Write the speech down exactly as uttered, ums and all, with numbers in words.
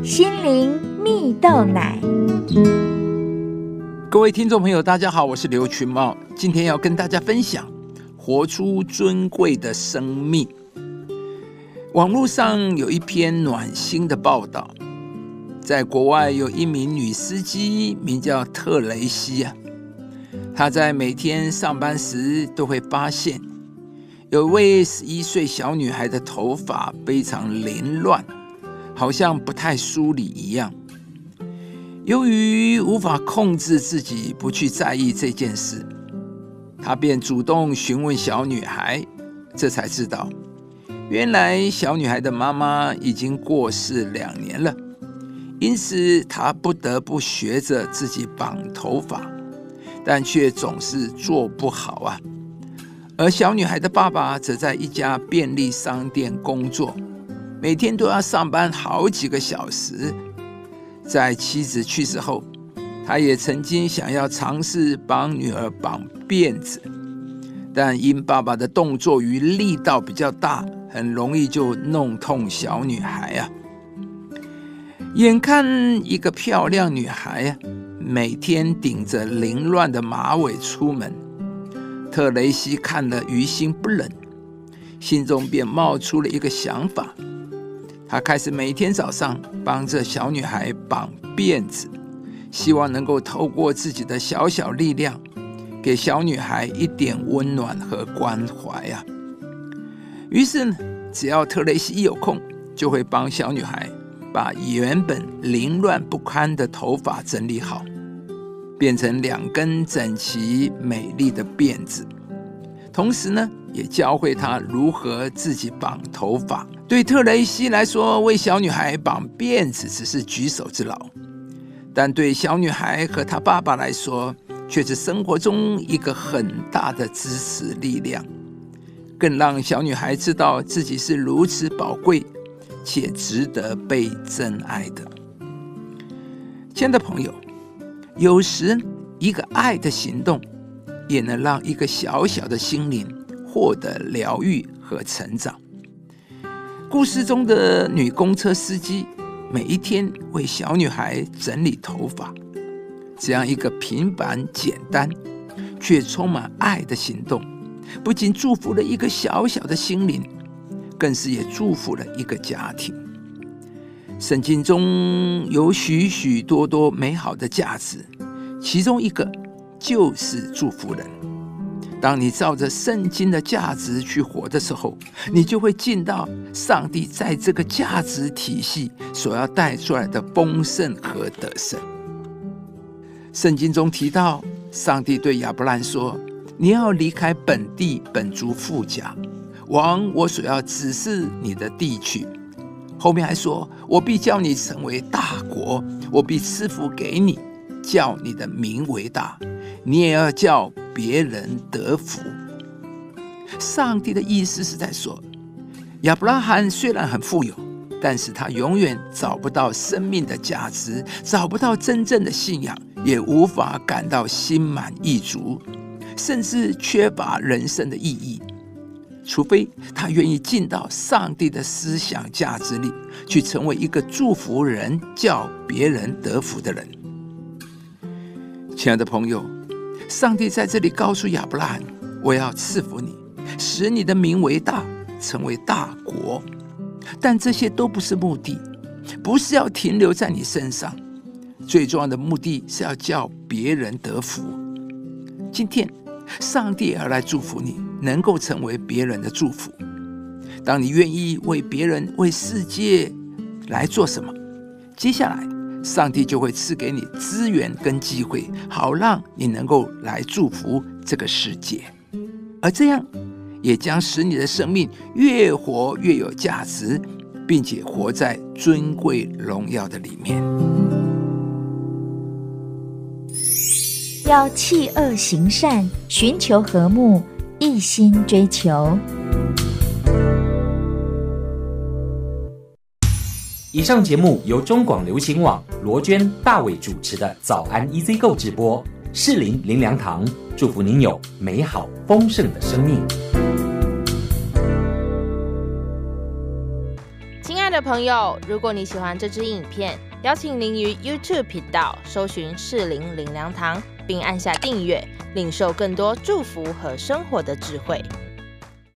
心灵蜜豆奶。 各位听众朋友大家好，我是刘群茂，今天要跟大家分享活出尊贵的生命。网络上有一篇暖心的报道，在国外有一名女司机名叫特雷西啊，她在每天上班时都会发现有位十一岁小女孩的头发非常凌乱，好像不太梳理一样。由于无法控制自己不去在意这件事，她便主动询问小女孩，这才知道原来小女孩的妈妈已经过世两年了，因此她不得不学着自己绑头发，但却总是做不好啊。而小女孩的爸爸则在一家便利商店工作，每天都要上班好几个小时。在妻子去世后，他也曾经想要尝试帮女儿绑辫子，但因爸爸的动作与力道比较大，很容易就弄痛小女孩啊。眼看一个漂亮女孩啊，每天顶着凌乱的马尾出门，特雷西看了于心不忍，心中便冒出了一个想法。他开始每天早上帮着小女孩绑辫子，希望能够透过自己的小小力量，给小女孩一点温暖和关怀啊。于是只要特雷西一有空，就会帮小女孩把原本凌乱不堪的头发整理好，变成两根整齐美丽的辫子。同时呢，也教会她如何自己绑头发。对特雷西来说，为小女孩绑辫子只是举手之劳，但对小女孩和她爸爸来说，却是生活中一个很大的支持力量，更让小女孩知道自己是如此宝贵且值得被珍爱的。亲爱的朋友，有时一个爱的行动也能让一个小小的心灵获得疗愈和成长。故事中的女公车司机每一天为小女孩整理头发，这样一个平凡简单却充满爱的行动，不仅祝福了一个小小的心灵，更是也祝福了一个家庭。圣经中有许许多多美好的价值，其中一个就是祝福人。当你照着圣经的价值去活的时候，你就会进到上帝在这个价值体系所要带出来的丰盛和得胜。圣经中提到，上帝对亚伯兰说，你要离开本地本族父家，往我所要指示你的地去。后面还说，我必叫你成为大国，我必赐福给你，叫你的名为大，你也要叫别人得福。上帝的意思是在说，亚伯拉罕虽然很富有，但是他永远找不到生命的价值，找不到真正的信仰，也无法感到心满意足，甚至缺乏人生的意义，除非他愿意进到上帝的思想价值里，去成为一个祝福人，叫别人得福的人。亲爱的朋友，上帝在这里告诉亚伯拉罕，我要赐福你，使你的名为大，成为大国。但这些都不是目的，不是要停留在你身上，最重要的目的是要叫别人得福。今天上帝也要来祝福你，能够成为别人的祝福。当你愿意为别人、为世界来做什么，接下来上帝就会赐给你资源跟机会，好让你能够来祝福这个世界。而这样也将使你的生命越活越有价值，并且活在尊贵荣耀的里面。 要弃恶行善，寻求和睦，一心追求。 以上节目由中广流行网罗娟、大伟主持的早安 E Z 购直播，士林林良堂祝福您有美好丰盛的生命。 的朋友，如果你喜欢这支影片，邀请您于 YouTube 频道搜寻适龄灵粮堂，并按下订阅，领受更多祝福和生活的智慧。